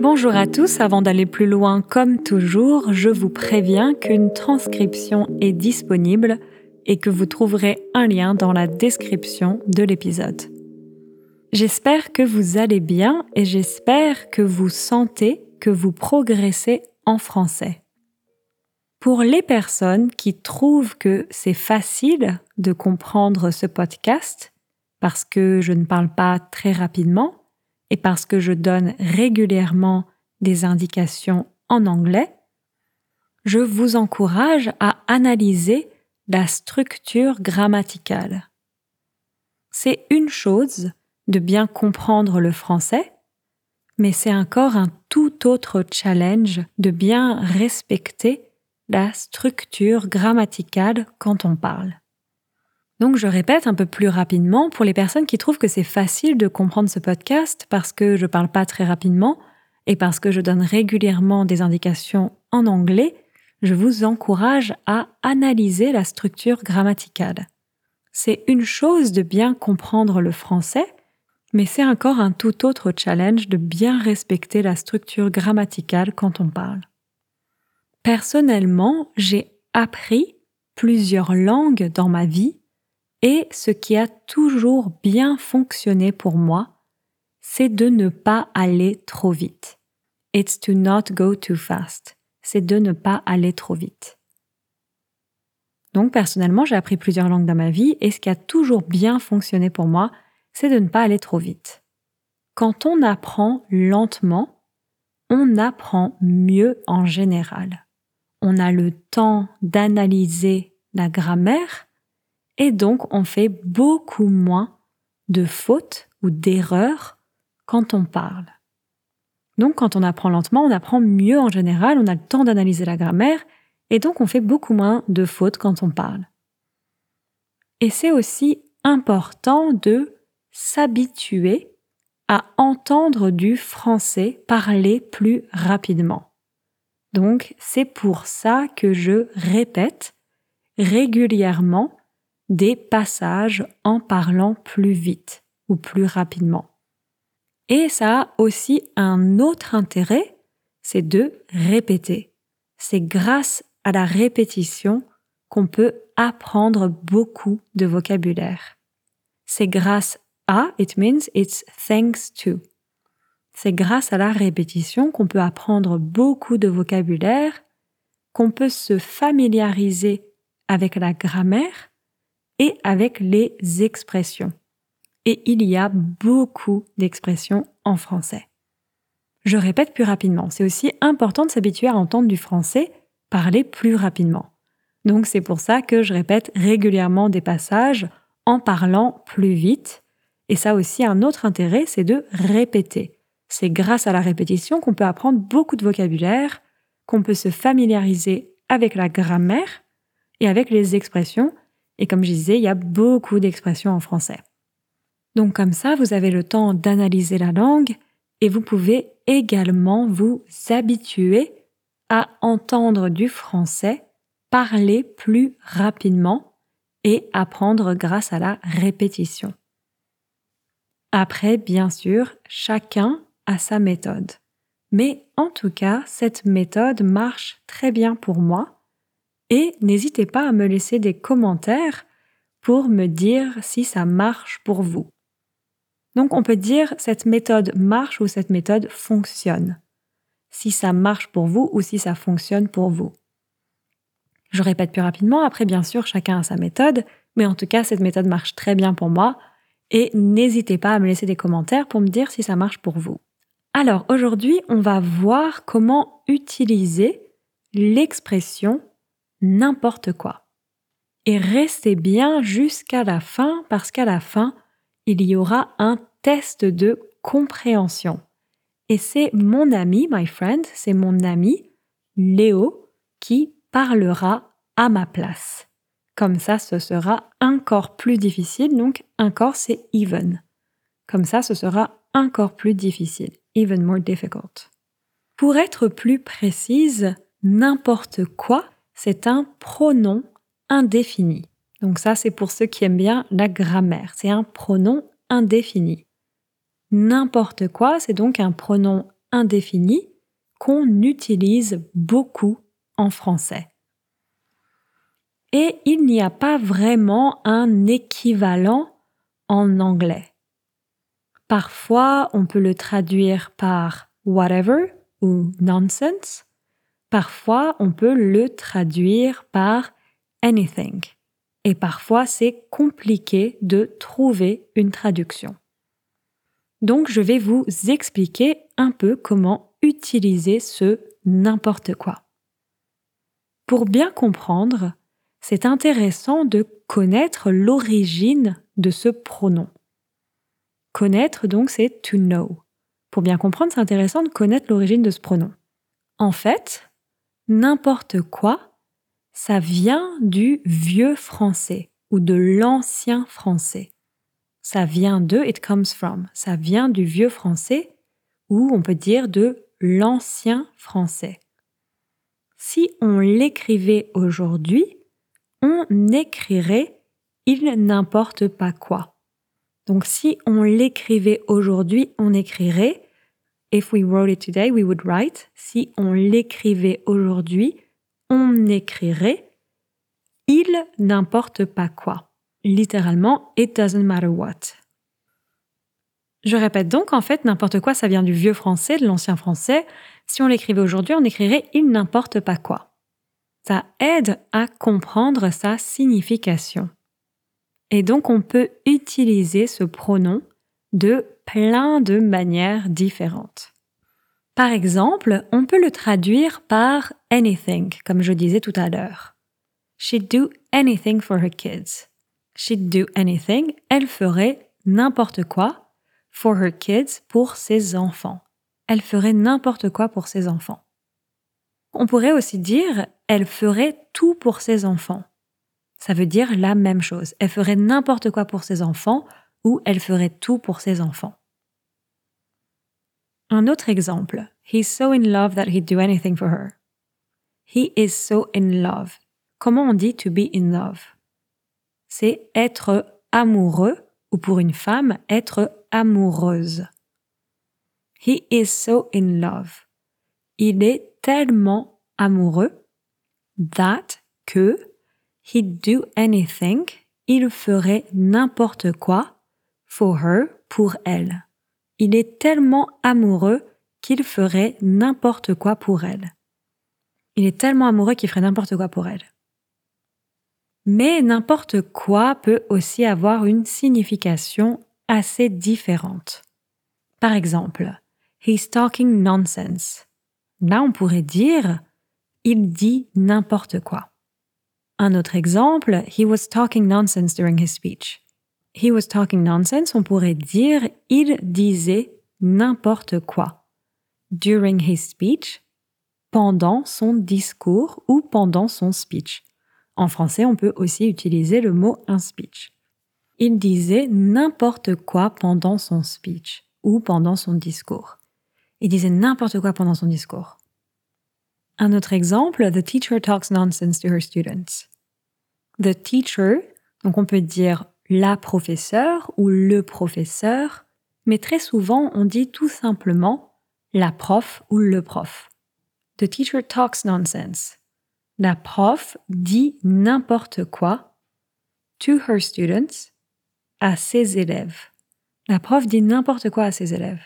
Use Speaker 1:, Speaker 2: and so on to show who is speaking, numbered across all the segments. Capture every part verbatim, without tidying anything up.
Speaker 1: Bonjour à tous, avant d'aller plus loin, comme toujours, je vous préviens qu'une transcription est disponible et que vous trouverez un lien dans la description de l'épisode. J'espère que vous allez bien et j'espère que vous sentez que vous progressez en français. Pour les personnes qui trouvent que c'est facile de comprendre ce podcast, parce que je ne parle pas très rapidement et parce que je donne régulièrement des indications en anglais, je vous encourage à analyser la structure grammaticale. C'est une chose de bien comprendre le français, mais c'est encore un tout autre challenge de bien respecter la structure grammaticale quand on parle. Donc je répète un peu plus rapidement pour les personnes qui trouvent que c'est facile de comprendre ce podcast parce que je ne parle pas très rapidement et parce que je donne régulièrement des indications en anglais, je vous encourage à analyser la structure grammaticale. C'est une chose de bien comprendre le français, mais c'est encore un tout autre challenge de bien respecter la structure grammaticale quand on parle. Personnellement, j'ai appris plusieurs langues dans ma vie et ce qui a toujours bien fonctionné pour moi, c'est de ne pas aller trop vite. It's to not go too fast. C'est de ne pas aller trop vite. Donc personnellement, j'ai appris plusieurs langues dans ma vie et ce qui a toujours bien fonctionné pour moi, c'est de ne pas aller trop vite. Quand on apprend lentement, on apprend mieux en général. On a le temps d'analyser la grammaire et donc on fait beaucoup moins de fautes ou d'erreurs quand on parle. Donc quand on apprend lentement, on apprend mieux en général, on a le temps d'analyser la grammaire et donc on fait beaucoup moins de fautes quand on parle. Et c'est aussi important de s'habituer à entendre du français parler plus rapidement. Donc c'est pour ça que je répète régulièrement des passages en parlant plus vite ou plus rapidement. Et ça a aussi un autre intérêt, c'est de répéter. C'est grâce à la répétition qu'on peut apprendre beaucoup de vocabulaire. C'est grâce à, it means it's thanks to. C'est grâce à la répétition qu'on peut apprendre beaucoup de vocabulaire, qu'on peut se familiariser avec la grammaire et avec les expressions. Et il y a beaucoup d'expressions en français. Je répète plus rapidement. C'est aussi important de s'habituer à entendre du français parler plus rapidement. Donc c'est pour ça que je répète régulièrement des passages en parlant plus vite. Et ça aussi, un autre intérêt, c'est de répéter. C'est grâce à la répétition qu'on peut apprendre beaucoup de vocabulaire, qu'on peut se familiariser avec la grammaire et avec les expressions. Et comme je disais, il y a beaucoup d'expressions en français. Donc comme ça, vous avez le temps d'analyser la langue et vous pouvez également vous habituer à entendre du français parler plus rapidement et apprendre grâce à la répétition. Après, bien sûr, chacun a sa méthode. Mais en tout cas, cette méthode marche très bien pour moi. Et n'hésitez pas à me laisser des commentaires pour me dire si ça marche pour vous. Donc on peut dire cette méthode marche ou cette méthode fonctionne. Si ça marche pour vous ou si ça fonctionne pour vous. Je répète plus rapidement, après bien sûr chacun a sa méthode, mais en tout cas cette méthode marche très bien pour moi et n'hésitez pas à me laisser des commentaires pour me dire si ça marche pour vous. Alors aujourd'hui on va voir comment utiliser l'expression n'importe quoi. Et restez bien jusqu'à la fin parce qu'à la fin, il y aura un test de compréhension. Et c'est mon ami, my friend, c'est mon ami Léo qui parlera à ma place. Comme ça, ce sera encore plus difficile. Donc, encore, c'est even. Comme ça, ce sera encore plus difficile. Even more difficult. Pour être plus précise, n'importe quoi, c'est un pronom indéfini. Donc ça, c'est pour ceux qui aiment bien la grammaire. C'est un pronom indéfini. N'importe quoi, c'est donc un pronom indéfini qu'on utilise beaucoup en français. Et il n'y a pas vraiment un équivalent en anglais. Parfois, on peut le traduire par whatever ou nonsense. Parfois, on peut le traduire par anything. Et parfois, c'est compliqué de trouver une traduction. Donc, je vais vous expliquer un peu comment utiliser ce n'importe quoi. Pour bien comprendre, c'est intéressant de connaître l'origine de ce pronom. Connaître, donc, c'est to know. Pour bien comprendre, c'est intéressant de connaître l'origine de ce pronom. En fait, n'importe quoi, ça vient du vieux français ou de l'ancien français. Ça vient de, it comes from, ça vient du vieux français ou on peut dire de l'ancien français. Si on l'écrivait aujourd'hui, on écrirait il n'importe pas quoi. Donc si on l'écrivait aujourd'hui, on écrirait if we wrote it today, we would write. Si on l'écrivait aujourd'hui, on écrirait il n'importe pas quoi. Littéralement, it doesn't matter what. Je répète donc, en fait, n'importe quoi, ça vient du vieux français, de l'ancien français. Si on l'écrivait aujourd'hui, on écrirait il n'importe pas quoi. Ça aide à comprendre sa signification. Et donc, on peut utiliser ce pronom de plein de manières différentes. Par exemple, on peut le traduire par anything, comme je disais tout à l'heure. She'd do anything for her kids. She'd do anything, elle ferait n'importe quoi for her kids, pour ses enfants. Elle ferait n'importe quoi pour ses enfants. On pourrait aussi dire elle ferait tout pour ses enfants. Ça veut dire la même chose. Elle ferait n'importe quoi pour ses enfants ou elle ferait tout pour ses enfants. Un autre exemple. He's so in love that he'd do anything for her. He is so in love. Comment on dit to be in love? C'est être amoureux ou pour une femme, être amoureuse. He is so in love. Il est tellement amoureux that que he'd do anything, il ferait n'importe quoi for her, pour elle. Il est tellement amoureux qu'il ferait n'importe quoi pour elle. Il est tellement amoureux qu'il ferait n'importe quoi pour elle. Mais n'importe quoi peut aussi avoir une signification assez différente. Par exemple, he's talking nonsense. Là, on pourrait dire il dit n'importe quoi. Un autre exemple, he was talking nonsense during his speech. He was talking nonsense, on pourrait dire il disait n'importe quoi. During his speech, pendant son discours ou pendant son speech. En français, on peut aussi utiliser le mot un speech. Il disait n'importe quoi pendant son speech ou pendant son discours. Il disait n'importe quoi pendant son discours. Un autre exemple, the teacher talks nonsense to her students. The teacher, donc on peut dire la professeure ou le professeur, mais très souvent on dit tout simplement la prof ou le prof. The teacher talks nonsense. La prof dit n'importe quoi to her students, à ses élèves. La prof dit n'importe quoi à ses élèves.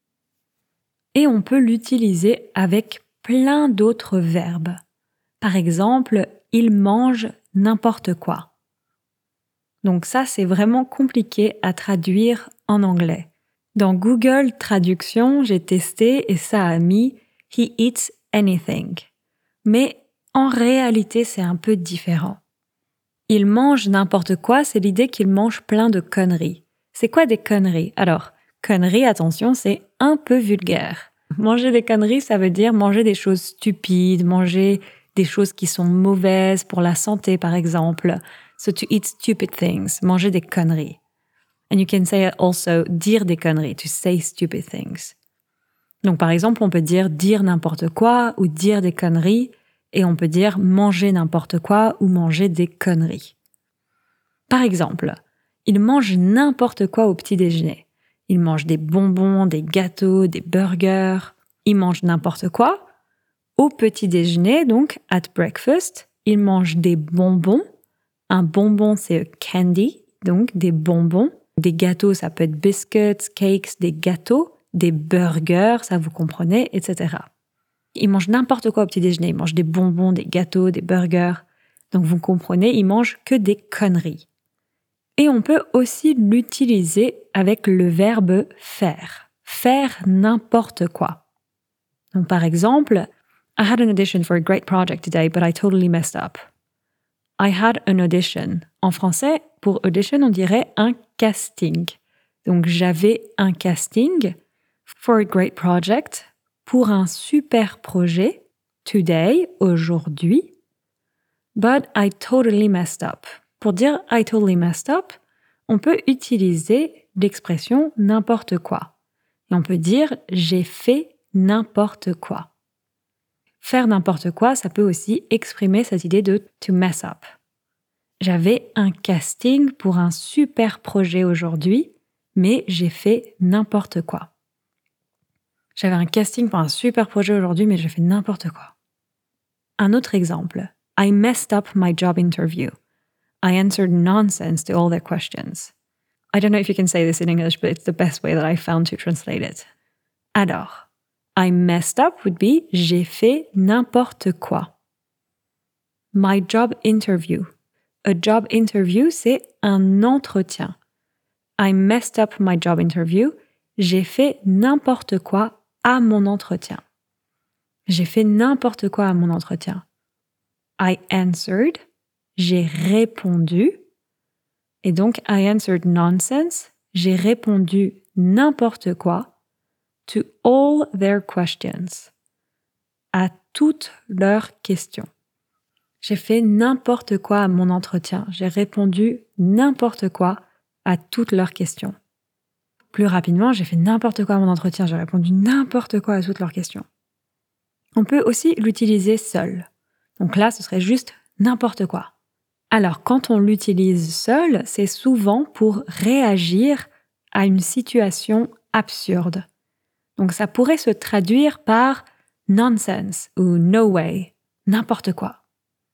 Speaker 1: Et on peut l'utiliser avec plein d'autres verbes. Par exemple, il mange n'importe quoi. Donc ça, c'est vraiment compliqué à traduire en anglais. Dans Google Traduction, j'ai testé et ça a mis « he eats anything ». Mais en réalité, c'est un peu différent. Il mange n'importe quoi, c'est l'idée qu'il mange plein de conneries. C'est quoi des conneries? Alors, conneries, attention, c'est un peu vulgaire. Manger des conneries, ça veut dire manger des choses stupides, manger des choses qui sont mauvaises pour la santé, par exemple. So to eat stupid things, manger des conneries. And you can say also dire des conneries, to say stupid things. Donc par exemple, on peut dire dire n'importe quoi ou dire des conneries, et on peut dire manger n'importe quoi ou manger des conneries. Par exemple, il mange n'importe quoi au petit déjeuner. Il mange des bonbons, des gâteaux, des burgers. ils mangent n'importe quoi. Au petit déjeuner, donc at breakfast, ils mangent des bonbons. Un bonbon, c'est a candy, donc des bonbons. Des gâteaux, ça peut être biscuits, cakes, des gâteaux. Des burgers, ça vous comprenez, et cetera. Ils mangent n'importe quoi au petit déjeuner. Ils mangent des bonbons, des gâteaux, des burgers. Donc vous comprenez, ils mangent que des conneries. Et on peut aussi l'utiliser avec le verbe faire. Faire n'importe quoi. Donc par exemple, I had an audition for a great project today, but I totally messed up. I had an audition. En français, pour audition, on dirait un casting. Donc j'avais un casting for a great project, pour un super projet, today, aujourd'hui, but I totally messed up. Pour dire I totally messed up, on peut utiliser l'expression n'importe quoi. Et on peut dire j'ai fait n'importe quoi. Faire n'importe quoi, ça peut aussi exprimer cette idée de to mess up. J'avais un casting pour un super projet aujourd'hui, mais j'ai fait n'importe quoi. J'avais un casting pour un super projet aujourd'hui, mais j'ai fait n'importe quoi. Un autre exemple. I messed up my job interview. I answered nonsense to all their questions. I don't know if you can say this in English, but it's the best way that I found to translate it. Alors, I messed up would be j'ai fait n'importe quoi. My job interview. A job interview, c'est un entretien. I messed up my job interview. J'ai fait n'importe quoi à mon entretien. J'ai fait n'importe quoi à mon entretien. I answered. J'ai répondu. Et donc, I answered nonsense. J'ai répondu n'importe quoi to all their questions. À toutes leurs questions. J'ai fait n'importe quoi à mon entretien. J'ai répondu n'importe quoi à toutes leurs questions. Plus rapidement, j'ai fait n'importe quoi à mon entretien. J'ai répondu n'importe quoi à toutes leurs questions. On peut aussi l'utiliser seul. Donc là, ce serait juste n'importe quoi. Alors, quand on l'utilise seul, c'est souvent pour réagir à une situation absurde. Donc ça pourrait se traduire par nonsense ou no way, n'importe quoi.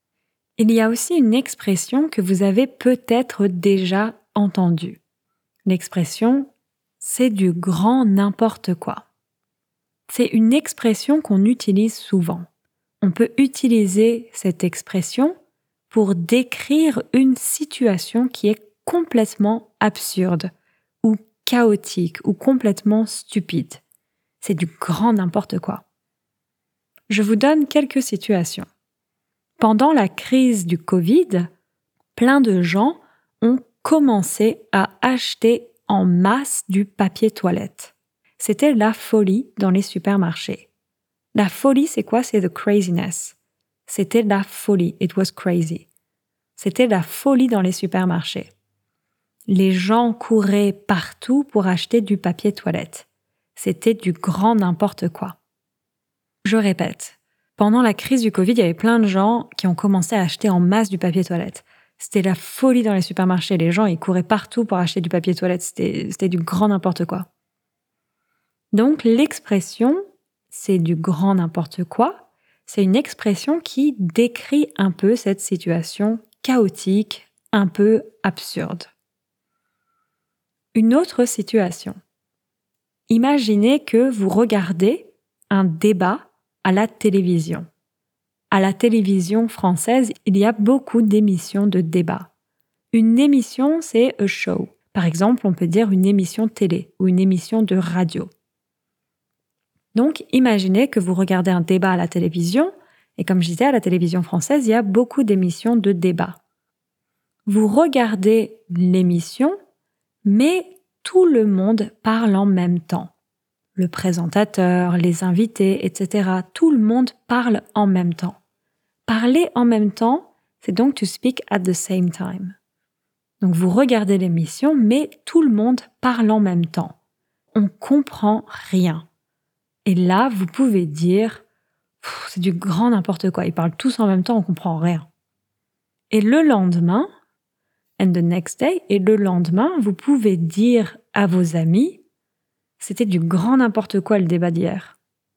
Speaker 1: Il y a aussi une expression que vous avez peut-être déjà entendue. L'expression « c'est du grand n'importe quoi ». C'est une expression qu'on utilise souvent. On peut utiliser cette expression pour décrire une situation qui est complètement absurde ou chaotique ou complètement stupide. C'est du grand n'importe quoi. Je vous donne quelques situations. Pendant la crise du Covid, plein de gens ont commencé à acheter en masse du papier toilette. C'était la folie dans les supermarchés. La folie, c'est quoi? C'est the craziness. C'était la folie. It was crazy. C'était la folie dans les supermarchés. Les gens couraient partout pour acheter du papier toilette. C'était du grand n'importe quoi. Je répète, pendant la crise du Covid, il y avait plein de gens qui ont commencé à acheter en masse du papier toilette. C'était la folie dans les supermarchés. Les gens, ils couraient partout pour acheter du papier toilette. C'était, c'était du grand n'importe quoi. Donc, l'expression « c'est du grand n'importe quoi », c'est une expression qui décrit un peu cette situation chaotique, un peu absurde. Une autre situation. Imaginez que vous regardez un débat à la télévision. À la télévision française, il y a beaucoup d'émissions de débat. Une émission, c'est a show. Par exemple, on peut dire une émission télé ou une émission de radio. Donc, imaginez que vous regardez un débat à la télévision, et comme je disais, à la télévision française, il y a beaucoup d'émissions de débat. Vous regardez l'émission, mais tout le monde parle en même temps. Le présentateur, les invités, et cetera. Tout le monde parle en même temps. Parler en même temps, c'est donc to speak at the same time. Donc vous regardez l'émission, mais tout le monde parle en même temps. On comprend rien. Et là, vous pouvez dire « c'est du grand n'importe quoi, ils parlent tous en même temps, on comprend rien ». Et le lendemain, and the next day, et le lendemain, vous pouvez dire à vos amis « c'était du grand n'importe quoi le débat d'hier ».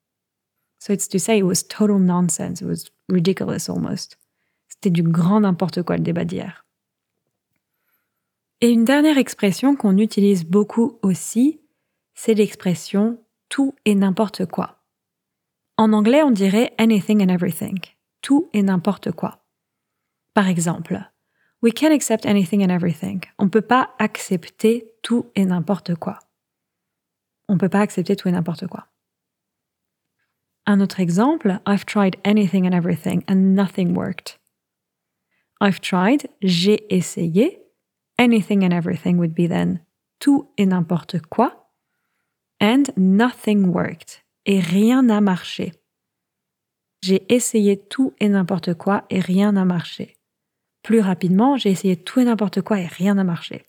Speaker 1: So it's to say it was total nonsense. It was ridiculous almost. C'était du grand n'importe quoi le débat d'hier. Et une dernière expression qu'on utilise beaucoup aussi, c'est l'expression tout et n'importe quoi. En anglais, on dirait anything and everything. Tout et n'importe quoi. Par exemple, we can't accept anything and everything. On ne peut pas accepter tout et n'importe quoi. On ne peut pas accepter tout et n'importe quoi. Un autre exemple, I've tried anything and everything and nothing worked. I've tried, j'ai essayé. Anything and everything would be then tout et n'importe quoi. And nothing worked. Et rien n'a marché. J'ai essayé tout et n'importe quoi et rien n'a marché. Plus rapidement, j'ai essayé tout et n'importe quoi et rien n'a marché.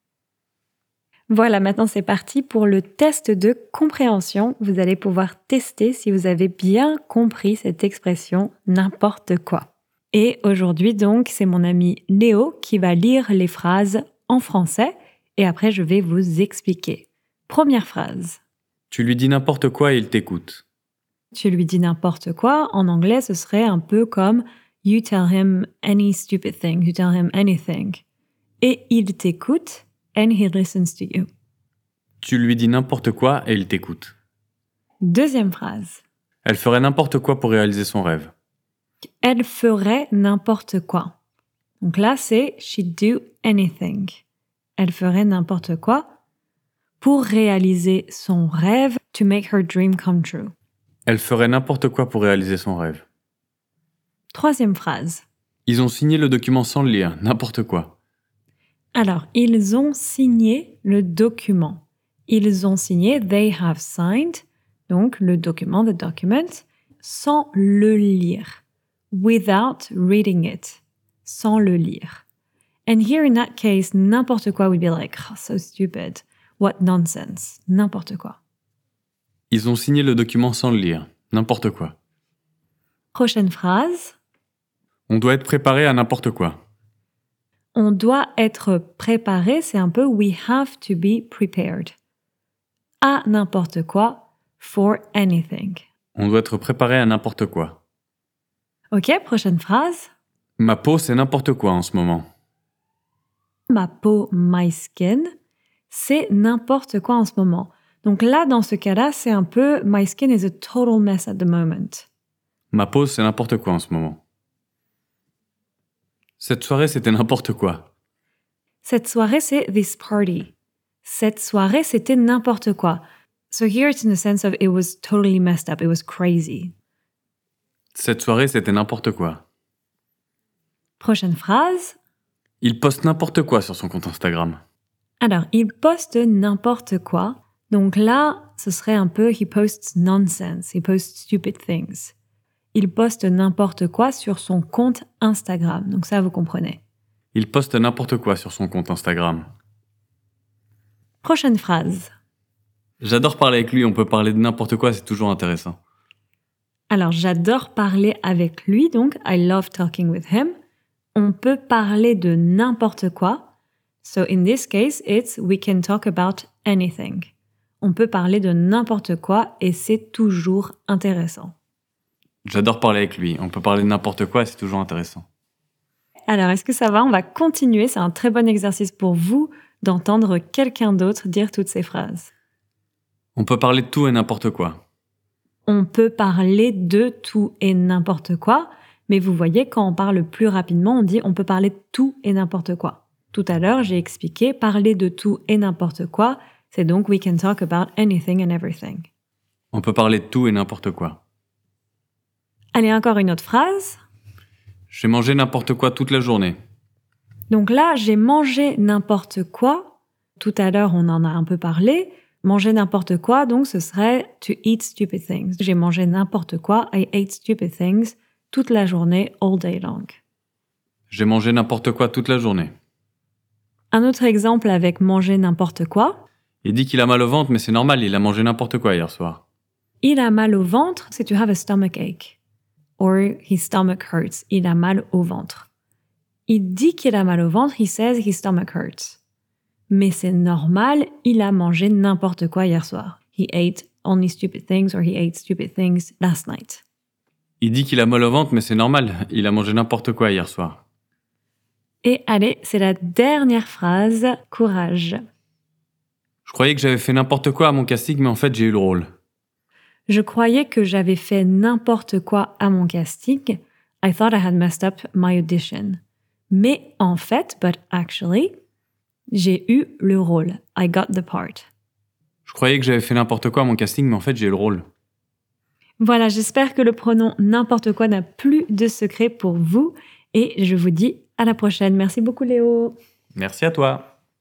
Speaker 1: Voilà, maintenant c'est parti pour le test de compréhension. Vous allez pouvoir tester si vous avez bien compris cette expression n'importe quoi. Et aujourd'hui donc, c'est mon ami Léo qui va lire les phrases en français et après je vais vous expliquer. Première phrase.
Speaker 2: Tu lui dis n'importe quoi et il t'écoute.
Speaker 1: Tu lui dis n'importe quoi, en anglais ce serait un peu comme You tell him any stupid thing, you tell him anything. Et il t'écoute, and he listens to you.
Speaker 2: Tu lui dis n'importe quoi et il t'écoute.
Speaker 1: Deuxième phrase.
Speaker 2: Elle ferait n'importe quoi pour réaliser son rêve.
Speaker 1: Elle ferait n'importe quoi. Donc là, c'est she'd do anything. Elle ferait n'importe quoi pour réaliser son rêve, to make her dream come true.
Speaker 2: Elle ferait n'importe quoi pour réaliser son rêve.
Speaker 1: Troisième phrase.
Speaker 2: Ils ont signé le document sans le lire, n'importe quoi.
Speaker 1: Alors, ils ont signé le document. Ils ont signé, they have signed, donc le document, the document, sans le lire. Without reading it. Sans le lire. And here in that case, n'importe quoi would be like, oh, so stupid. What nonsense. N'importe quoi.
Speaker 2: Ils ont signé le document sans le lire, n'importe quoi.
Speaker 1: Prochaine phrase.
Speaker 2: On doit être préparé à n'importe quoi.
Speaker 1: On doit être préparé, c'est un peu we have to be prepared. À n'importe quoi, for anything.
Speaker 2: On doit être préparé à n'importe quoi.
Speaker 1: Ok, prochaine phrase.
Speaker 2: Ma peau, c'est n'importe quoi en ce moment.
Speaker 1: Ma peau, my skin, c'est n'importe quoi en ce moment. Donc là, dans ce cas-là, c'est un peu my skin is a total mess at the moment.
Speaker 2: Ma peau, c'est n'importe quoi en ce moment. Cette soirée, c'était n'importe quoi.
Speaker 1: Cette soirée, c'est this party. Cette soirée, c'était n'importe quoi. So here it's in the sense of it was totally messed up. It was crazy.
Speaker 2: Cette soirée, c'était n'importe quoi.
Speaker 1: Prochaine phrase.
Speaker 2: Il poste n'importe quoi sur son compte Instagram.
Speaker 1: Alors, il poste n'importe quoi. Donc là, ce serait un peu he posts nonsense. He posts stupid things. Il poste n'importe quoi sur son compte Instagram. Donc ça, vous comprenez.
Speaker 2: Il poste n'importe quoi sur son compte Instagram.
Speaker 1: Prochaine phrase.
Speaker 2: J'adore parler avec lui, on peut parler de n'importe quoi, c'est toujours intéressant.
Speaker 1: Alors, j'adore parler avec lui, donc I love talking with him. On peut parler de n'importe quoi. So in this case, it's we can talk about anything. On peut parler de n'importe quoi et c'est toujours intéressant.
Speaker 2: J'adore parler avec lui. On peut parler de n'importe quoi et c'est toujours intéressant.
Speaker 1: Alors, est-ce que ça va? On va continuer. C'est un très bon exercice pour vous d'entendre quelqu'un d'autre dire toutes ces phrases.
Speaker 2: On peut parler de tout et n'importe quoi.
Speaker 1: On peut parler de tout et n'importe quoi. Mais vous voyez, quand on parle plus rapidement, on dit on peut parler de tout et n'importe quoi. Tout à l'heure, j'ai expliqué parler de tout et n'importe quoi. C'est donc we can talk about anything and everything.
Speaker 2: On peut parler de tout et n'importe quoi.
Speaker 1: Allez, encore une autre phrase.
Speaker 2: J'ai mangé n'importe quoi toute la journée.
Speaker 1: Donc là, j'ai mangé n'importe quoi. Tout à l'heure, on en a un peu parlé. Manger n'importe quoi, donc ce serait to eat stupid things. J'ai mangé n'importe quoi. I ate stupid things toute la journée, all day long.
Speaker 2: J'ai mangé n'importe quoi toute la journée.
Speaker 1: Un autre exemple avec manger n'importe quoi.
Speaker 2: Il dit qu'il a mal au ventre, mais c'est normal, il a mangé n'importe quoi hier soir.
Speaker 1: Il a mal au ventre, c'est to have a stomach ache. Or his stomach hurts. Il a mal au ventre. Il dit qu'il a mal au ventre, he says his stomach hurts. Mais c'est normal, il a mangé n'importe quoi hier soir. He ate only stupid things or he ate stupid things last night.
Speaker 2: Il dit qu'il a mal au ventre, mais c'est normal. Il a mangé n'importe quoi hier soir.
Speaker 1: Et allez, c'est la dernière phrase. Courage.
Speaker 2: Je croyais que j'avais fait n'importe quoi à mon casting, mais en fait, j'ai eu le rôle.
Speaker 1: Je croyais que j'avais fait n'importe quoi à mon casting. I thought I had messed up my audition. Mais en fait, but actually, j'ai eu le rôle. I got the part.
Speaker 2: Je croyais que j'avais fait n'importe quoi à mon casting, mais en fait, j'ai eu le rôle.
Speaker 1: Voilà, j'espère que le pronom n'importe quoi n'a plus de secret pour vous. Et je vous dis à la prochaine. Merci beaucoup, Léo.
Speaker 2: Merci à toi.